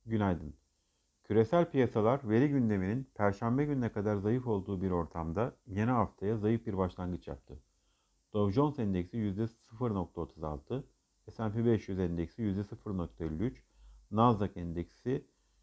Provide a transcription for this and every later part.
Günaydın. Küresel piyasalar veri gündeminin Perşembe gününe kadar zayıf olduğu bir ortamda yeni haftaya zayıf bir başlangıç yaptı. Dow Jones Endeksi %0,36, S&P 500 Endeksi %0,53, Nasdaq Endeksi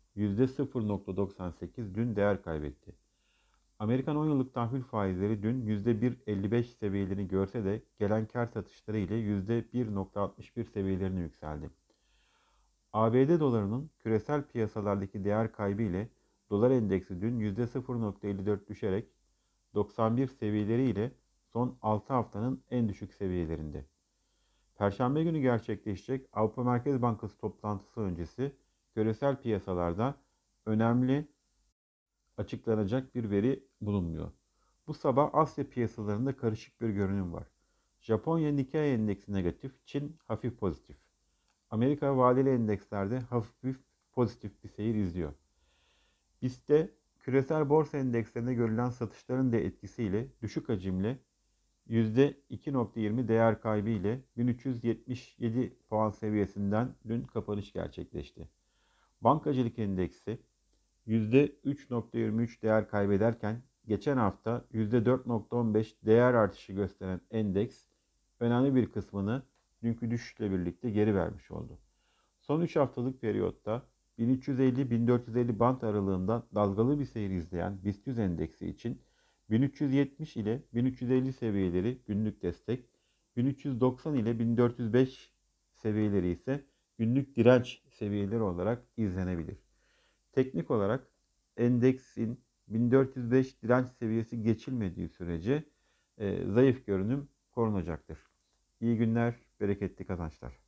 %0,98 dün değer kaybetti. Amerikan 10 yıllık tahvil faizleri dün %1,55 seviyelerini görse de gelen kar satışları ile %1,61 seviyelerine yükseldi. ABD dolarının küresel piyasalardaki değer kaybı ile dolar endeksi dün %0,54 düşerek 91 seviyeleri ile son 6 haftanın en düşük seviyelerinde. Perşembe günü gerçekleşecek Avrupa Merkez Bankası toplantısı öncesi küresel piyasalarda önemli açıklanacak bir veri bulunmuyor. Bu sabah Asya piyasalarında karışık bir görünüm var. Japonya Nikkei endeksi negatif, Çin hafif pozitif. Amerika vadeli endekslerde hafif pozitif bir seyir izliyor. BIST'te küresel borsa endekslerinde görülen satışların da etkisiyle düşük hacimli %2,20 değer kaybı ile 1377 puan seviyesinden dün kapanış gerçekleşti. Bankacılık endeksi %3,23 değer kaybederken geçen hafta %4,15 değer artışı gösteren endeks önemli bir kısmını dünkü düşüşle birlikte geri vermiş oldu. Son 3 haftalık periyotta 1350-1450 band aralığında dalgalı bir seyir izleyen BIST 100 endeksi için 1370 ile 1350 seviyeleri günlük destek, 1390 ile 1405 seviyeleri ise günlük direnç seviyeleri olarak izlenebilir. Teknik olarak endeksin 1405 direnç seviyesi geçilmediği sürece zayıf görünüm korunacaktır. İyi günler, bereketli kazançlar.